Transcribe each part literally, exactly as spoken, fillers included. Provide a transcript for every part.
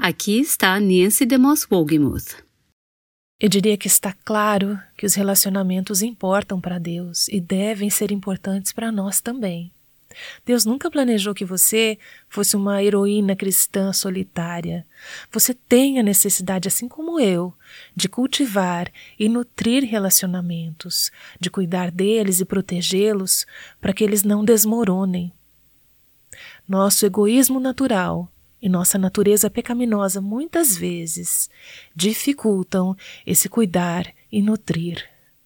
Aqui está Nancy DeMoss Wolgemuth. Eu diria que está claro que os relacionamentos importam para Deus e devem ser importantes para nós também. Deus nunca planejou que você fosse uma heroína cristã solitária. Você tem a necessidade, assim como eu, de cultivar e nutrir relacionamentos, de cuidar deles e protegê-los para que eles não desmoronem. Nosso egoísmo natural e nossa natureza pecaminosa muitas vezes dificultam esse cuidar e nutrir.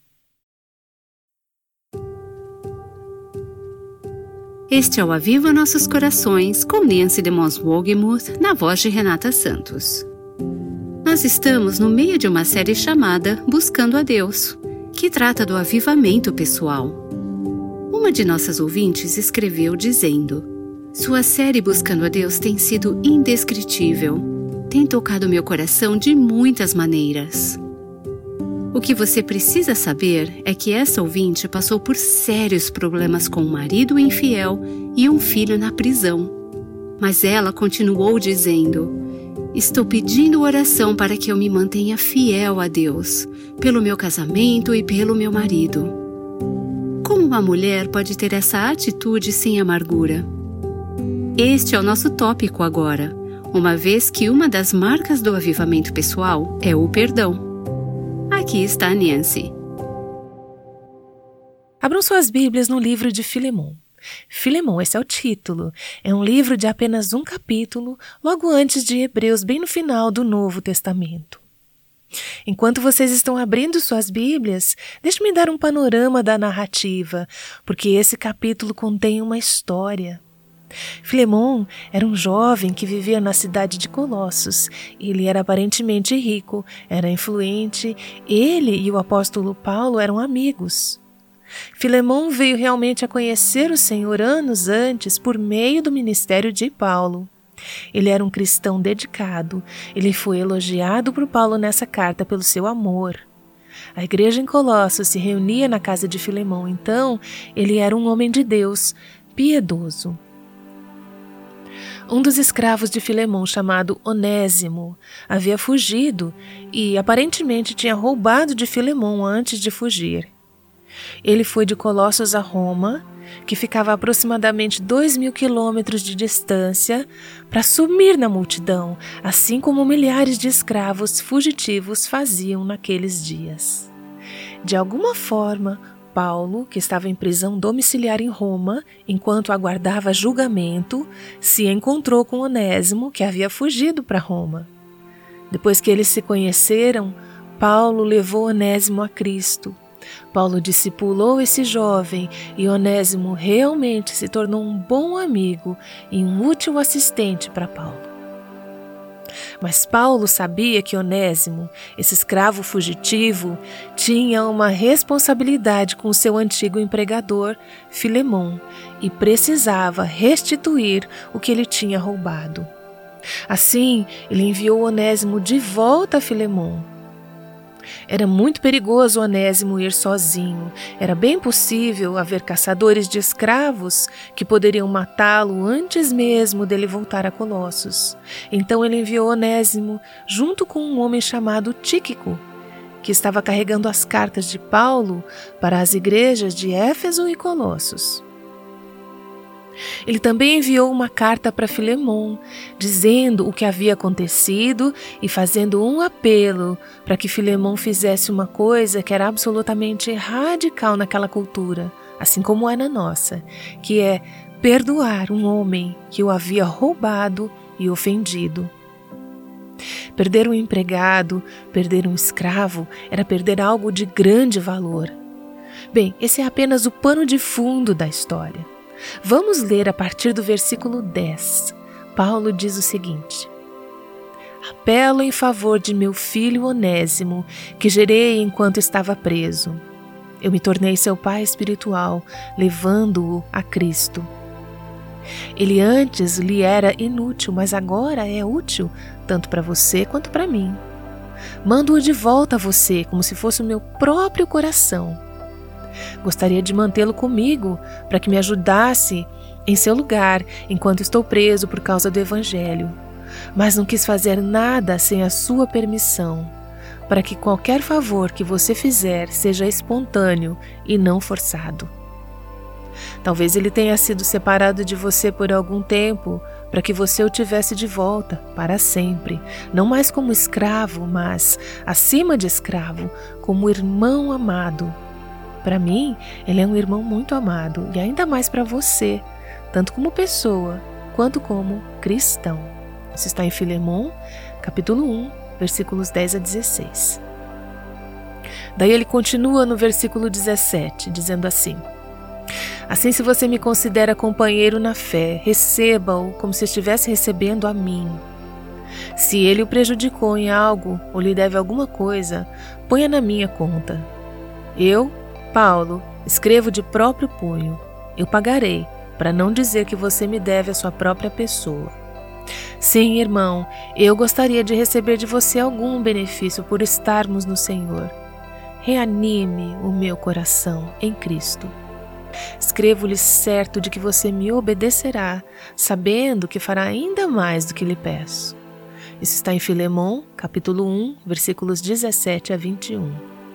Este é o Aviva Nossos Corações, com Nancy DeMoss Wolgemuth, na voz de Renata Santos. Nós estamos no meio de uma série chamada Buscando a Deus, que trata do avivamento pessoal. Uma de nossas ouvintes escreveu dizendo: sua série Buscando a Deus tem sido indescritível. Tem tocado meu coração de muitas maneiras. O que você precisa saber é que essa ouvinte passou por sérios problemas com um marido infiel e um filho na prisão. Mas ela continuou dizendo: estou pedindo oração para que eu me mantenha fiel a Deus, pelo meu casamento e pelo meu marido. Como uma mulher pode ter essa atitude sem amargura? Este é o nosso tópico agora, uma vez que uma das marcas do avivamento pessoal é o perdão. Aqui está a Nancy. Abram suas Bíblias no livro de Filemon. Filemon, esse é o título. É um livro de apenas um capítulo, logo antes de Hebreus, bem no final do Novo Testamento. Enquanto vocês estão abrindo suas Bíblias, deixe-me dar um panorama da narrativa, porque esse capítulo contém uma história. Filemon era um jovem que vivia na cidade de Colossos. Ele era aparentemente rico, era influente. Ele e o apóstolo Paulo eram amigos. Filemon veio realmente a conhecer o Senhor anos antes por meio do ministério de Paulo. Ele era um cristão dedicado. Ele foi elogiado por Paulo nessa carta pelo seu amor. A igreja em Colossos se reunia na casa de Filemon, então ele era um homem de Deus, piedoso. Um dos escravos de Filemon, chamado Onésimo, havia fugido e aparentemente tinha roubado de Filemon antes de fugir. Ele foi de Colossos a Roma, que ficava a aproximadamente dois mil quilômetros de distância, para sumir na multidão, assim como milhares de escravos fugitivos faziam naqueles dias. De alguma forma, Paulo, que estava em prisão domiciliar em Roma, enquanto aguardava julgamento, se encontrou com Onésimo, que havia fugido para Roma. Depois que eles se conheceram, Paulo levou Onésimo a Cristo. Paulo discipulou esse jovem e Onésimo realmente se tornou um bom amigo e um útil assistente para Paulo. Mas Paulo sabia que Onésimo, esse escravo fugitivo, tinha uma responsabilidade com seu antigo empregador, Filemon, e precisava restituir o que ele tinha roubado. Assim, ele enviou Onésimo de volta a Filemon. Era muito perigoso Onésimo ir sozinho. Era bem possível haver caçadores de escravos que poderiam matá-lo antes mesmo dele voltar a Colossos. Então ele enviou Onésimo junto com um homem chamado Tíquico, que estava carregando as cartas de Paulo para as igrejas de Éfeso e Colossos. Ele também enviou uma carta para Filemon, dizendo o que havia acontecido e fazendo um apelo para que Filemon fizesse uma coisa que era absolutamente radical naquela cultura, assim como é na nossa, que é perdoar um homem que o havia roubado e ofendido. Perder um empregado, perder um escravo, era perder algo de grande valor. Bem, esse é apenas o pano de fundo da história. Vamos ler a partir do versículo dez. Paulo diz o seguinte: apelo em favor de meu filho Onésimo, que gerei enquanto estava preso. Eu me tornei seu pai espiritual, levando-o a Cristo. Ele antes lhe era inútil, mas agora é útil, tanto para você quanto para mim. Mando-o de volta a você, como se fosse o meu próprio coração. Gostaria de mantê-lo comigo para que me ajudasse em seu lugar enquanto estou preso por causa do Evangelho. mas não quis fazer nada sem a sua permissão, para que qualquer favor que você fizer seja espontâneo e não forçado. Talvez ele tenha sido separado de você por algum tempo, para que você o tivesse de volta, para sempre, não mais como escravo, mas, acima de escravo, como irmão amado. Para mim, ele é um irmão muito amado, e ainda mais para você, tanto como pessoa, quanto como cristão. Isso está em Filemon, capítulo um, versículos dez a dezesseis. Daí ele continua no versículo dezessete, dizendo assim: assim, se você me considera companheiro na fé, receba-o como se estivesse recebendo a mim. Se ele o prejudicou em algo ou lhe deve alguma coisa, ponha na minha conta. Eu, Paulo, escrevo de próprio punho. Eu pagarei, para não dizer que você me deve a sua própria pessoa. Sim, irmão, eu gostaria de receber de você algum benefício por estarmos no Senhor. Reanime o meu coração em Cristo. Escrevo-lhe certo de que você me obedecerá, sabendo que fará ainda mais do que lhe peço. Isso está em Filemon, capítulo um, versículos dezessete a vinte e um.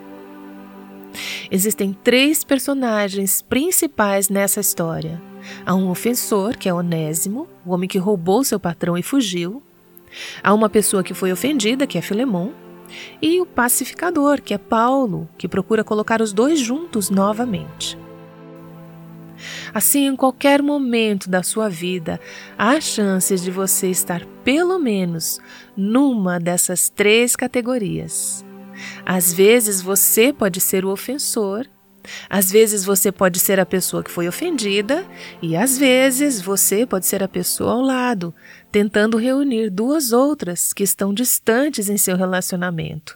Existem três personagens principais nessa história. Há um ofensor, que é Onésimo, o homem que roubou seu patrão e fugiu. Há uma pessoa que foi ofendida, que é Filemon. E o pacificador, que é Paulo, que procura colocar os dois juntos novamente. Assim, em qualquer momento da sua vida, há chances de você estar pelo menos numa dessas três categorias. Às vezes você pode ser o ofensor, às vezes você pode ser a pessoa que foi ofendida e às vezes você pode ser a pessoa ao lado, tentando reunir duas outras que estão distantes em seu relacionamento.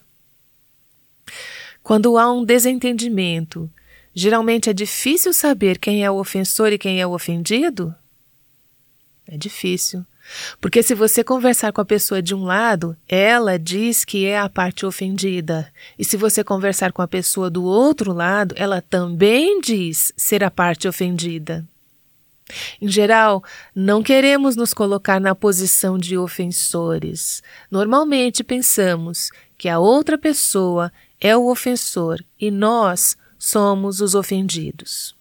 Quando há um desentendimento, geralmente é difícil saber quem é o ofensor e quem é o ofendido? É difícil, porque se você conversar com a pessoa de um lado, ela diz que é a parte ofendida. E se você conversar com a pessoa do outro lado, ela também diz ser a parte ofendida. Em geral, não queremos nos colocar na posição de ofensores. Normalmente pensamos que a outra pessoa é o ofensor e nós somos os ofendidos.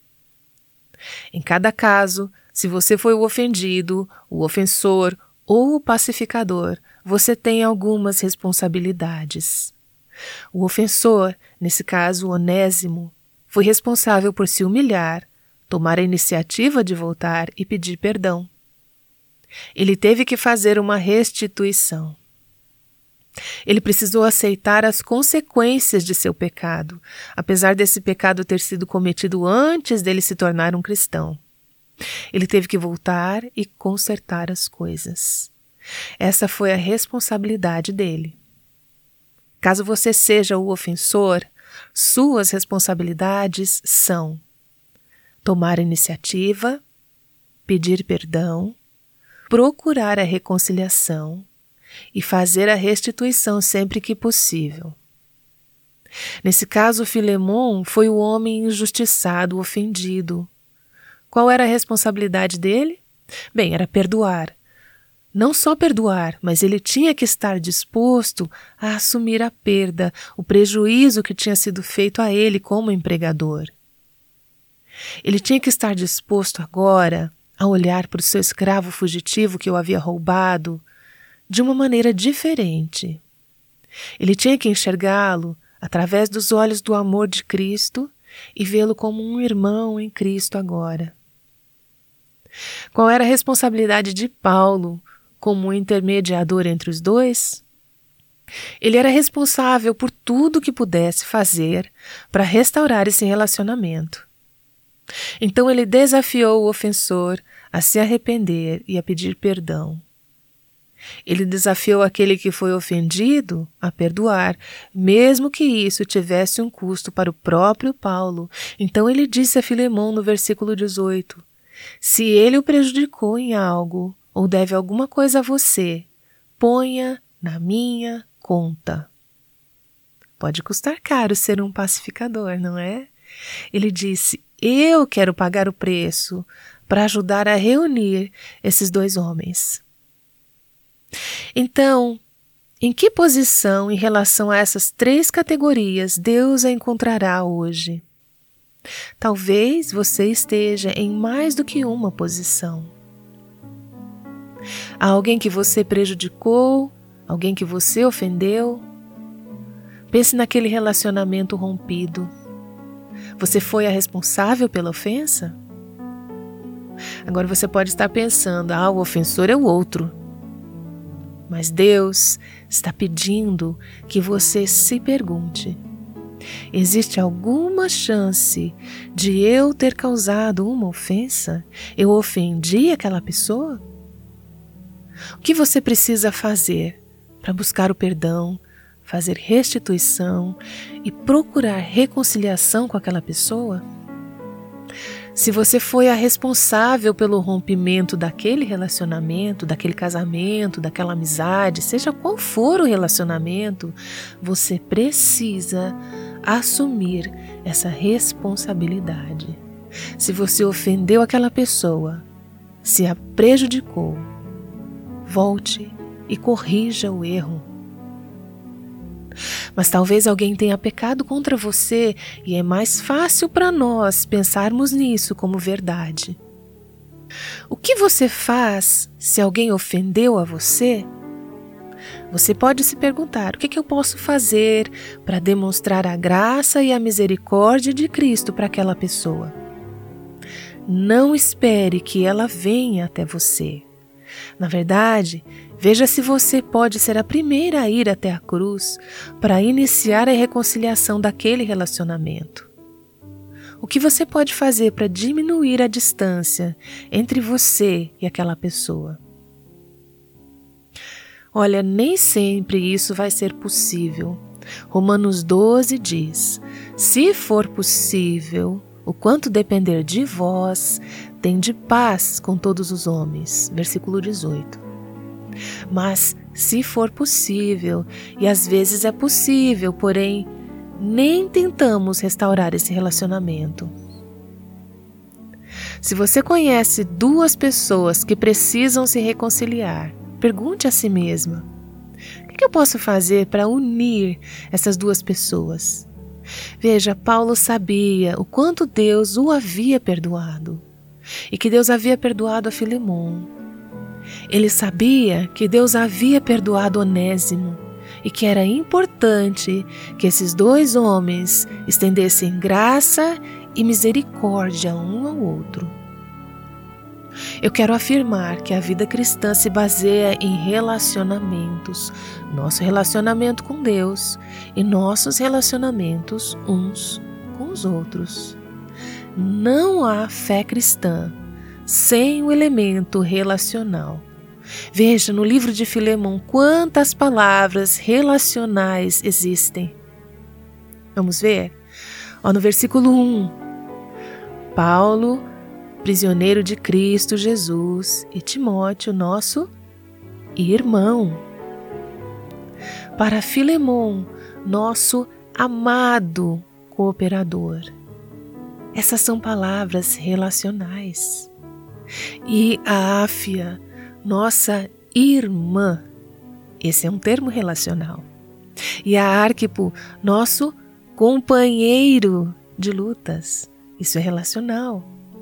Em cada caso, se você foi o ofendido, o ofensor ou o pacificador, você tem algumas responsabilidades. O ofensor, nesse caso Onésimo, foi responsável por se humilhar, tomar a iniciativa de voltar e pedir perdão. Ele teve que fazer uma restituição. Ele precisou aceitar as consequências de seu pecado, apesar desse pecado ter sido cometido antes dele se tornar um cristão. Ele teve que voltar e consertar as coisas. Essa foi a responsabilidade dele. Caso você seja o ofensor, suas responsabilidades são tomar a iniciativa, pedir perdão, procurar a reconciliação e fazer a restituição sempre que possível. Nesse caso, Filemon foi o homem injustiçado, ofendido. Qual era a responsabilidade dele? Bem, era perdoar. Não só perdoar, mas ele tinha que estar disposto a assumir a perda, o prejuízo que tinha sido feito a ele como empregador. Ele tinha que estar disposto agora a olhar para o seu escravo fugitivo que o havia roubado de uma maneira diferente. Ele tinha que enxergá-lo através dos olhos do amor de Cristo e vê-lo como um irmão em Cristo agora. Qual era a responsabilidade de Paulo como intermediador entre os dois? Ele era responsável por tudo que pudesse fazer para restaurar esse relacionamento. Então ele desafiou o ofensor a se arrepender e a pedir perdão. Ele desafiou aquele que foi ofendido a perdoar, mesmo que isso tivesse um custo para o próprio Paulo. Então ele disse a Filemon no versículo dezoito, se ele o prejudicou em algo ou deve alguma coisa a você, ponha na minha conta. Pode custar caro ser um pacificador, não é? Ele disse, eu quero pagar o preço para ajudar a reunir esses dois homens. Então, em que posição em relação a essas três categorias Deus a encontrará hoje? Talvez você esteja em mais do que uma posição. Há alguém que você prejudicou, alguém que você ofendeu. Pense naquele relacionamento rompido. Você foi a responsável pela ofensa? Agora você pode estar pensando, ah, o ofensor é o outro. Mas Deus está pedindo que você se pergunte: existe alguma chance de eu ter causado uma ofensa? Eu ofendi aquela pessoa? O que você precisa fazer para buscar o perdão, fazer restituição e procurar reconciliação com aquela pessoa? Se você foi a responsável pelo rompimento daquele relacionamento, daquele casamento, daquela amizade, seja qual for o relacionamento, você precisa assumir essa responsabilidade. Se você ofendeu aquela pessoa, se a prejudicou, volte e corrija o erro. Mas talvez alguém tenha pecado contra você e é mais fácil para nós pensarmos nisso como verdade. O que você faz se alguém ofendeu a você? Você pode se perguntar: o que, que eu posso fazer para demonstrar a graça e a misericórdia de Cristo para aquela pessoa? Não espere que ela venha até você. Na verdade, veja se você pode ser a primeira a ir até a cruz para iniciar a reconciliação daquele relacionamento. O que você pode fazer para diminuir a distância entre você e aquela pessoa? Olha, nem sempre isso vai ser possível. Romanos doze diz: se for possível, o quanto depender de vós, tende paz com todos os homens. Versículo dezoito. Mas, se for possível, e às vezes é possível, porém, nem tentamos restaurar esse relacionamento. Se você conhece duas pessoas que precisam se reconciliar, pergunte a si mesma: o que eu posso fazer para unir essas duas pessoas? Veja, Paulo sabia o quanto Deus o havia perdoado e que Deus havia perdoado a Filemon. Ele sabia que Deus havia perdoado Onésimo e que era importante que esses dois homens estendessem graça e misericórdia um ao outro. Eu quero afirmar que a vida cristã se baseia em relacionamentos, nosso relacionamento com Deus e nossos relacionamentos uns com os outros. Não há fé cristã sem o elemento relacional. Veja no livro de Filemon quantas palavras relacionais existem. Vamos ver? Ó, no versículo um, Paulo, prisioneiro de Cristo Jesus, e Timóteo, nosso irmão. Para Filemon, nosso amado cooperador. Essas são palavras relacionais. E a Áfia, nossa irmã. Esse é um termo relacional. E a Arquipo, nosso companheiro de lutas. Isso é relacional.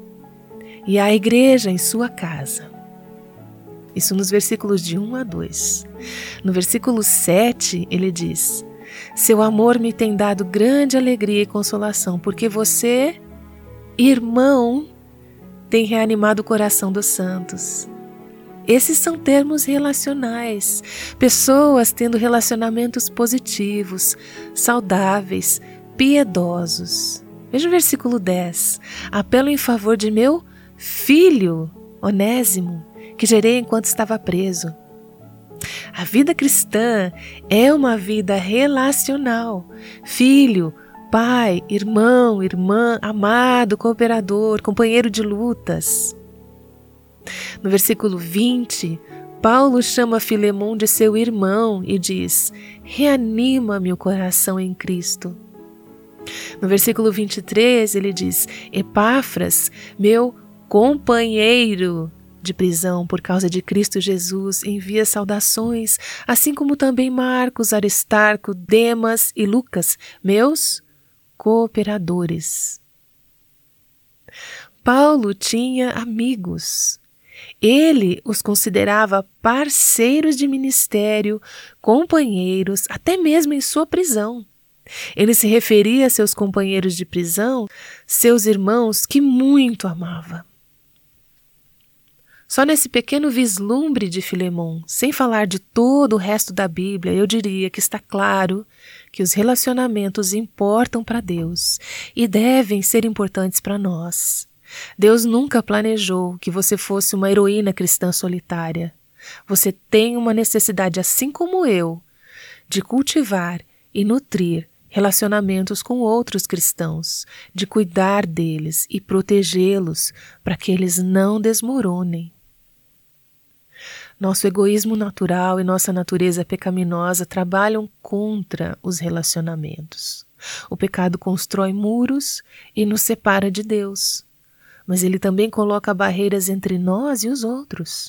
E a igreja em sua casa. Isso nos versículos de um a dois. No versículo sete, ele diz: seu amor me tem dado grande alegria e consolação, porque você, irmão, tem reanimado o coração dos santos. Esses são termos relacionais. Pessoas tendo relacionamentos positivos, saudáveis, piedosos. Veja o versículo dez. Apelo em favor de meu filho, Onésimo, que gerei enquanto estava preso. A vida cristã é uma vida relacional. Filho, pai, irmão, irmã, amado, cooperador, companheiro de lutas. No versículo vinte, Paulo chama Filemon de seu irmão e diz: reanima-me o coração em Cristo. No versículo vinte e três, ele diz: Epáfras, meu companheiro de prisão por causa de Cristo Jesus envia saudações, assim como também Marcos, Aristarco, Demas e Lucas, meus cooperadores. Paulo tinha amigos. Ele os considerava parceiros de ministério, companheiros, até mesmo em sua prisão. Ele se referia a seus companheiros de prisão, seus irmãos que muito amava. Só nesse pequeno vislumbre de Filemon, sem falar de todo o resto da Bíblia, eu diria que está claro que os relacionamentos importam para Deus e devem ser importantes para nós. Deus nunca planejou que você fosse uma heroína cristã solitária. Você tem uma necessidade, assim como eu, de cultivar e nutrir relacionamentos com outros cristãos, de cuidar deles e protegê-los para que eles não desmoronem. Nosso egoísmo natural e nossa natureza pecaminosa trabalham contra os relacionamentos. O pecado constrói muros e nos separa de Deus, mas ele também coloca barreiras entre nós e os outros.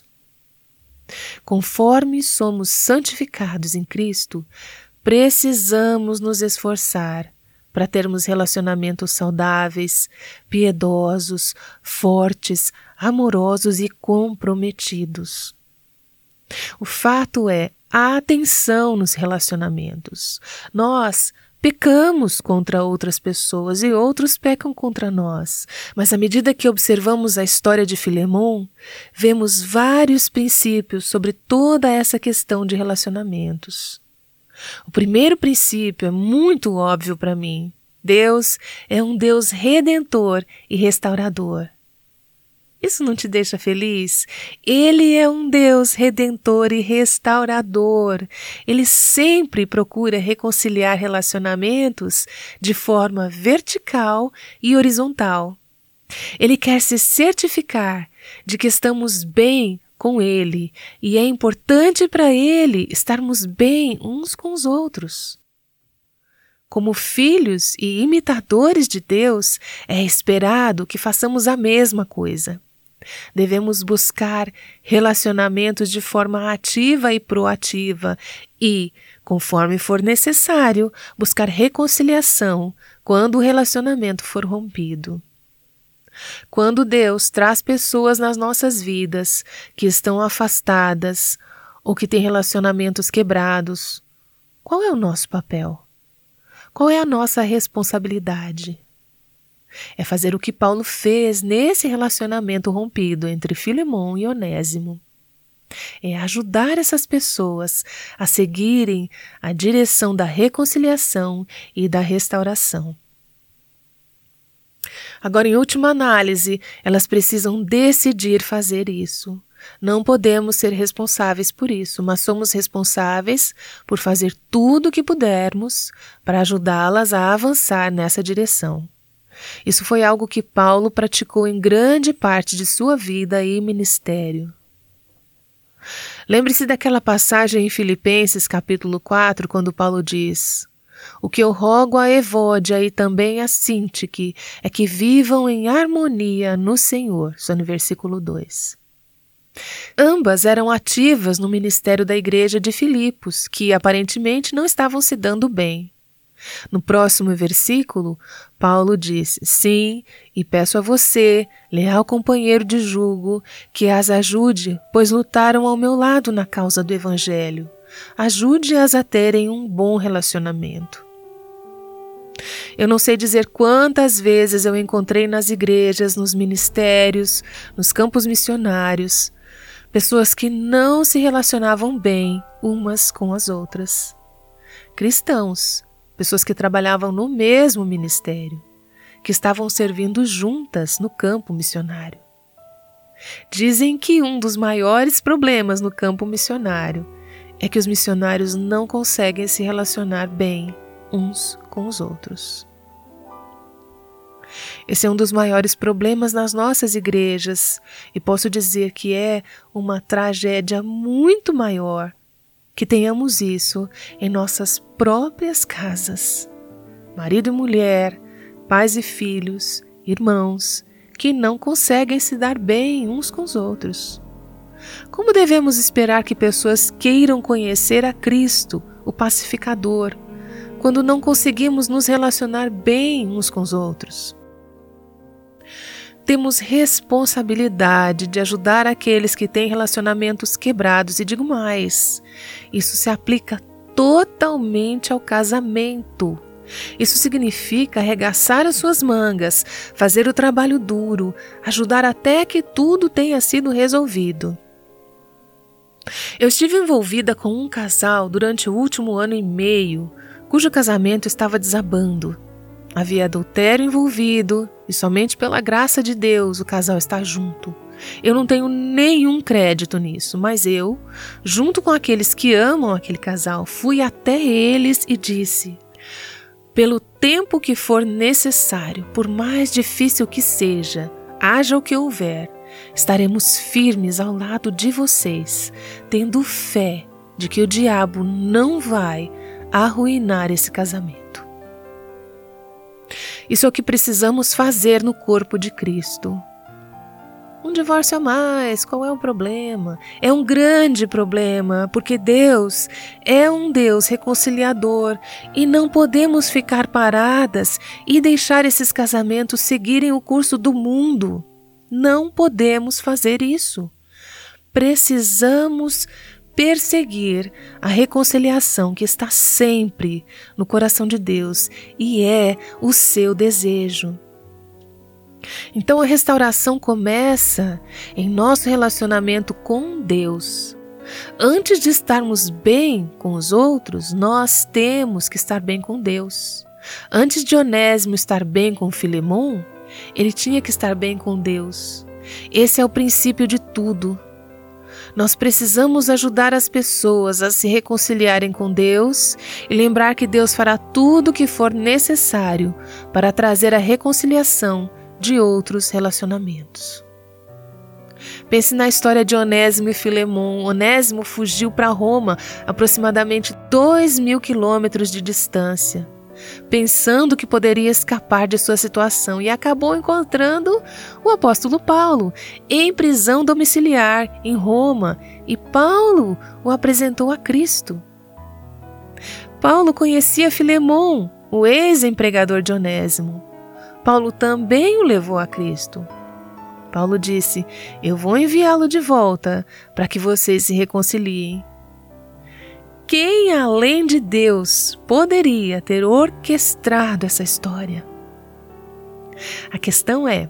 Conforme somos santificados em Cristo, precisamos nos esforçar para termos relacionamentos saudáveis, piedosos, fortes, amorosos e comprometidos. O fato é, há tensão nos relacionamentos. Nós pecamos contra outras pessoas e outros pecam contra nós. Mas à medida que observamos a história de Filemon, vemos vários princípios sobre toda essa questão de relacionamentos. O primeiro princípio é muito óbvio para mim. Deus é um Deus redentor e restaurador. Isso não te deixa feliz? Ele é um Deus redentor e restaurador. Ele sempre procura reconciliar relacionamentos de forma vertical e horizontal. Ele quer se certificar de que estamos bem com Ele, e é importante para Ele estarmos bem uns com os outros. Como filhos e imitadores de Deus, é esperado que façamos a mesma coisa. Devemos buscar relacionamentos de forma ativa e proativa e, conforme for necessário, buscar reconciliação quando o relacionamento for rompido. Quando Deus traz pessoas nas nossas vidas que estão afastadas ou que têm relacionamentos quebrados, qual é o nosso papel? Qual é a nossa responsabilidade? É fazer o que Paulo fez nesse relacionamento rompido entre Filemon e Onésimo. É ajudar essas pessoas a seguirem a direção da reconciliação e da restauração. Agora, em última análise, elas precisam decidir fazer isso. Não podemos ser responsáveis por isso, mas somos responsáveis por fazer tudo o que pudermos para ajudá-las a avançar nessa direção. Isso foi algo que Paulo praticou em grande parte de sua vida e ministério. Lembre-se daquela passagem em Filipenses capítulo quatro, quando Paulo diz: "O que eu rogo a Evódia e também a Sintique é que vivam em harmonia no Senhor", só no versículo dois. Ambas eram ativas no ministério da igreja de Filipos, que aparentemente não estavam se dando bem. No próximo versículo, Paulo diz: "Sim, e peço a você, leal companheiro de jugo, que as ajude, pois lutaram ao meu lado na causa do Evangelho. Ajude-as a terem um bom relacionamento." Eu não sei dizer quantas vezes eu encontrei nas igrejas, nos ministérios, nos campos missionários, pessoas que não se relacionavam bem umas com as outras. Cristãos, pessoas que trabalhavam no mesmo ministério, que estavam servindo juntas no campo missionário. Dizem que um dos maiores problemas no campo missionário é que os missionários não conseguem se relacionar bem uns com os outros. Esse é um dos maiores problemas nas nossas igrejas, e posso dizer que é uma tragédia muito maior que tenhamos isso em nossas próprias casas. Marido e mulher, pais e filhos, irmãos, que não conseguem se dar bem uns com os outros. Como devemos esperar que pessoas queiram conhecer a Cristo, o pacificador, quando não conseguimos nos relacionar bem uns com os outros? Temos responsabilidade de ajudar aqueles que têm relacionamentos quebrados, e digo mais, isso se aplica totalmente ao casamento. Isso significa arregaçar as suas mangas, fazer o trabalho duro, ajudar até que tudo tenha sido resolvido. Eu estive envolvida com um casal durante o último ano e meio, cujo casamento estava desabando. Havia adultério envolvido e somente pela graça de Deus o casal está junto. Eu não tenho nenhum crédito nisso, mas eu, junto com aqueles que amam aquele casal, fui até eles e disse: pelo tempo que for necessário, por mais difícil que seja, haja o que houver, estaremos firmes ao lado de vocês, tendo fé de que o diabo não vai arruinar esse casamento. Isso é o que precisamos fazer no corpo de Cristo. Um divórcio a mais, qual é o problema? É um grande problema, porque Deus é um Deus reconciliador e não podemos ficar paradas e deixar esses casamentos seguirem o curso do mundo. Não podemos fazer isso. Precisamos perseguir a reconciliação que está sempre no coração de Deus e é o seu desejo. Então a restauração começa em nosso relacionamento com Deus. Antes de estarmos bem com os outros, nós temos que estar bem com Deus. Antes de Onésimo estar bem com Filemon, ele tinha que estar bem com Deus. Esse é o princípio de tudo. Nós precisamos ajudar as pessoas a se reconciliarem com Deus e lembrar que Deus fará tudo o que for necessário para trazer a reconciliação de outros relacionamentos. Pense na história de Onésimo e Filemon. Onésimo fugiu para Roma, aproximadamente dois mil quilômetros de distância, pensando que poderia escapar de sua situação, e acabou encontrando o apóstolo Paulo em prisão domiciliar em Roma, e Paulo o apresentou a Cristo. Paulo conhecia Filemon, o ex-empregador de Onésimo. Paulo também o levou a Cristo. Paulo disse: eu vou enviá-lo de volta para que vocês se reconciliem. Quem, além de Deus, poderia ter orquestrado essa história? A questão é: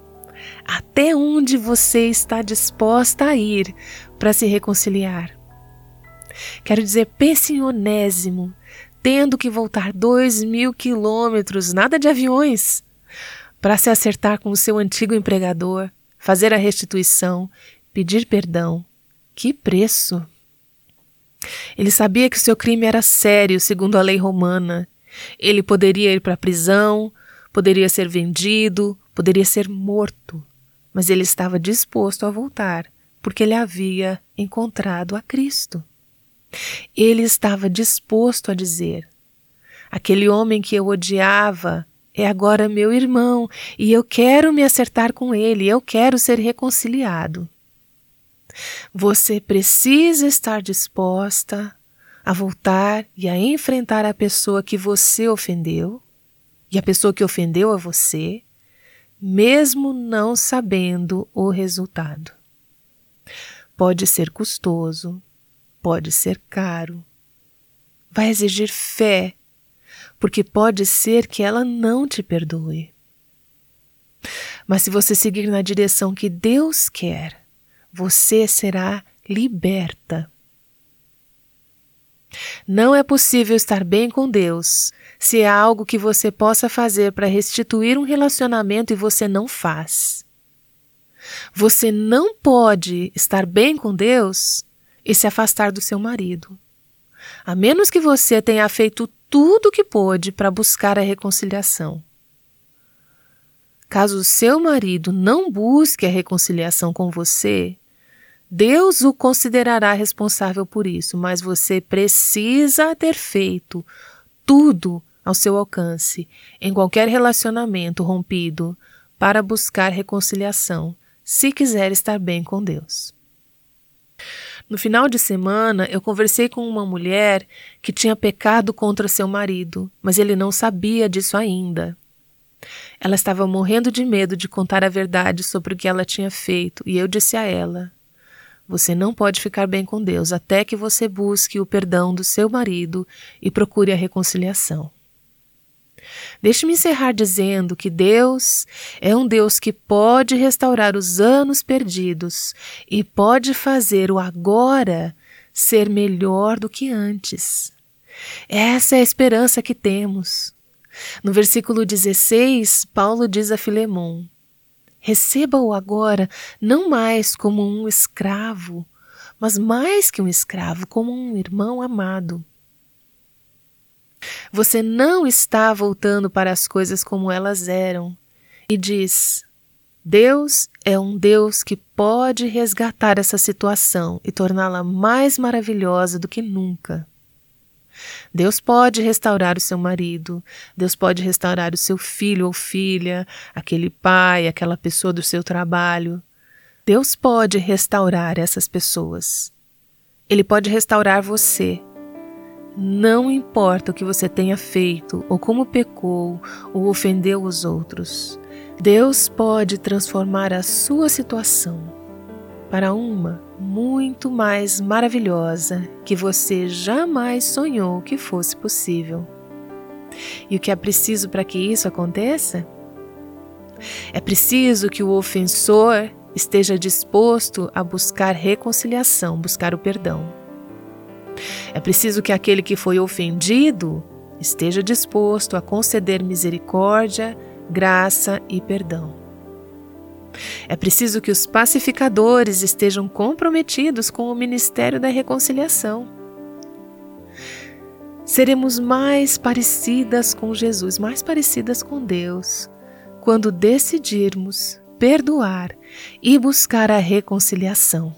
até onde você está disposta a ir para se reconciliar? Quero dizer, pense em Onésimo, tendo que voltar dois mil quilômetros, nada de aviões, para se acertar com o seu antigo empregador, fazer a restituição, pedir perdão. Que preço! Ele sabia que o seu crime era sério, segundo a lei romana. Ele poderia ir para a prisão, poderia ser vendido, poderia ser morto, mas ele estava disposto a voltar, porque ele havia encontrado a Cristo. Ele estava disposto a dizer: aquele homem que eu odiava é agora meu irmão e eu quero me acertar com ele, eu quero ser reconciliado. Você precisa estar disposta a voltar e a enfrentar a pessoa que você ofendeu e a pessoa que ofendeu a você, mesmo não sabendo o resultado. Pode ser custoso, pode ser caro, vai exigir fé, porque pode ser que ela não te perdoe. Mas se você seguir na direção que Deus quer, você será liberta. Não é possível estar bem com Deus se há algo que você possa fazer para restituir um relacionamento e você não faz. Você não pode estar bem com Deus e se afastar do seu marido, a menos que você tenha feito tudo o que pôde para buscar a reconciliação. Caso o seu marido não busque a reconciliação com você, Deus o considerará responsável por isso, mas você precisa ter feito tudo ao seu alcance, em qualquer relacionamento rompido, para buscar reconciliação, se quiser estar bem com Deus. No final de semana, eu conversei com uma mulher que tinha pecado contra seu marido, mas ele não sabia disso ainda. Ela estava morrendo de medo de contar a verdade sobre o que ela tinha feito, e eu disse a ela: você não pode ficar bem com Deus até que você busque o perdão do seu marido e procure a reconciliação. Deixe-me encerrar dizendo que Deus é um Deus que pode restaurar os anos perdidos e pode fazer o agora ser melhor do que antes. Essa é a esperança que temos. No versículo dezesseis, Paulo diz a Filemon: receba-o agora não mais como um escravo, mas mais que um escravo, como um irmão amado. Você não está voltando para as coisas como elas eram. E diz: Deus é um Deus que pode resgatar essa situação e torná-la mais maravilhosa do que nunca. Deus pode restaurar o seu marido, Deus pode restaurar o seu filho ou filha, aquele pai, aquela pessoa do seu trabalho. Deus pode restaurar essas pessoas. Ele pode restaurar você. Não importa o que você tenha feito, ou como pecou, ou ofendeu os outros. Deus pode transformar a sua situação para uma muito mais maravilhosa que você jamais sonhou que fosse possível. E o que é preciso para que isso aconteça? É preciso que o ofensor esteja disposto a buscar reconciliação, buscar o perdão. É preciso que aquele que foi ofendido esteja disposto a conceder misericórdia, graça e perdão. É preciso que os pacificadores estejam comprometidos com o ministério da reconciliação. Seremos mais parecidas com Jesus, mais parecidas com Deus, quando decidirmos perdoar e buscar a reconciliação.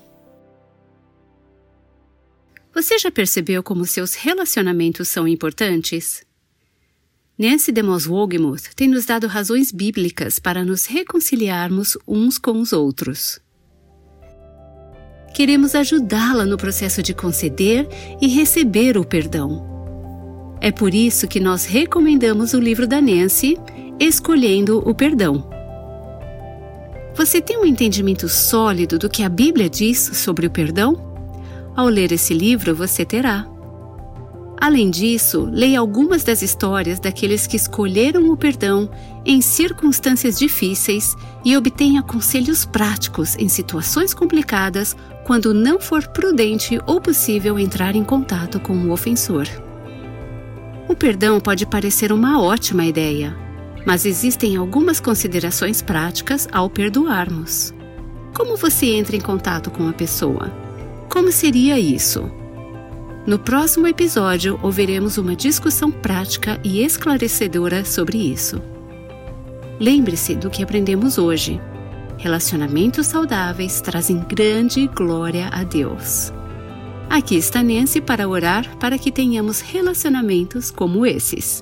Você já percebeu como seus relacionamentos são importantes? Nancy DeMoss Wogemuth tem nos dado razões bíblicas para nos reconciliarmos uns com os outros. Queremos ajudá-la no processo de conceder e receber o perdão. É por isso que nós recomendamos o livro da Nancy, Escolhendo o Perdão. Você tem um entendimento sólido do que a Bíblia diz sobre o perdão? Ao ler esse livro, você terá. Além disso, leia algumas das histórias daqueles que escolheram o perdão em circunstâncias difíceis e obtenha conselhos práticos em situações complicadas quando não for prudente ou possível entrar em contato com o ofensor. O perdão pode parecer uma ótima ideia, mas existem algumas considerações práticas ao perdoarmos. Como você entra em contato com a pessoa? Como seria isso? No próximo episódio, ouviremos uma discussão prática e esclarecedora sobre isso. Lembre-se do que aprendemos hoje. Relacionamentos saudáveis trazem grande glória a Deus. Aqui está Nancy para orar para que tenhamos relacionamentos como esses.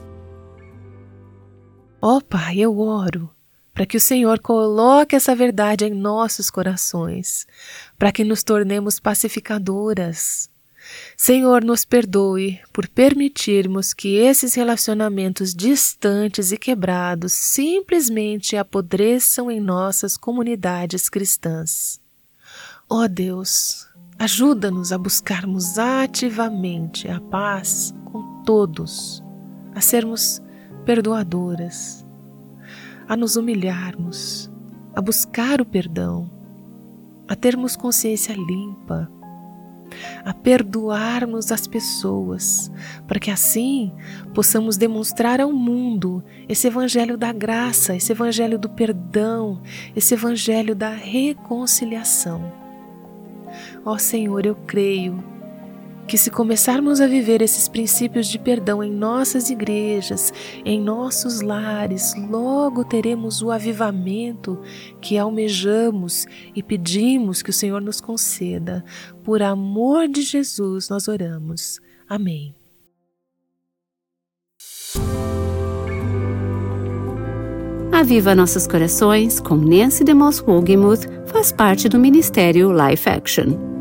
Ó Pai, eu oro para que o Senhor coloque essa verdade em nossos corações, para que nos tornemos pacificadoras. Senhor, nos perdoe por permitirmos que esses relacionamentos distantes e quebrados simplesmente apodreçam em nossas comunidades cristãs. Ó Deus, ajuda-nos a buscarmos ativamente a paz com todos, a sermos perdoadoras, a nos humilharmos, a buscar o perdão, a termos consciência limpa, a perdoarmos as pessoas, para que assim possamos demonstrar ao mundo esse evangelho da graça, esse evangelho do perdão, esse evangelho da reconciliação. Ó Senhor, eu creio que se começarmos a viver esses princípios de perdão em nossas igrejas, em nossos lares, logo teremos o avivamento que almejamos e pedimos que o Senhor nos conceda. Por amor de Jesus nós oramos. Amém. Aviva Nossos Corações, com Nancy DeMoss Wogemuth, faz parte do Ministério Life Action.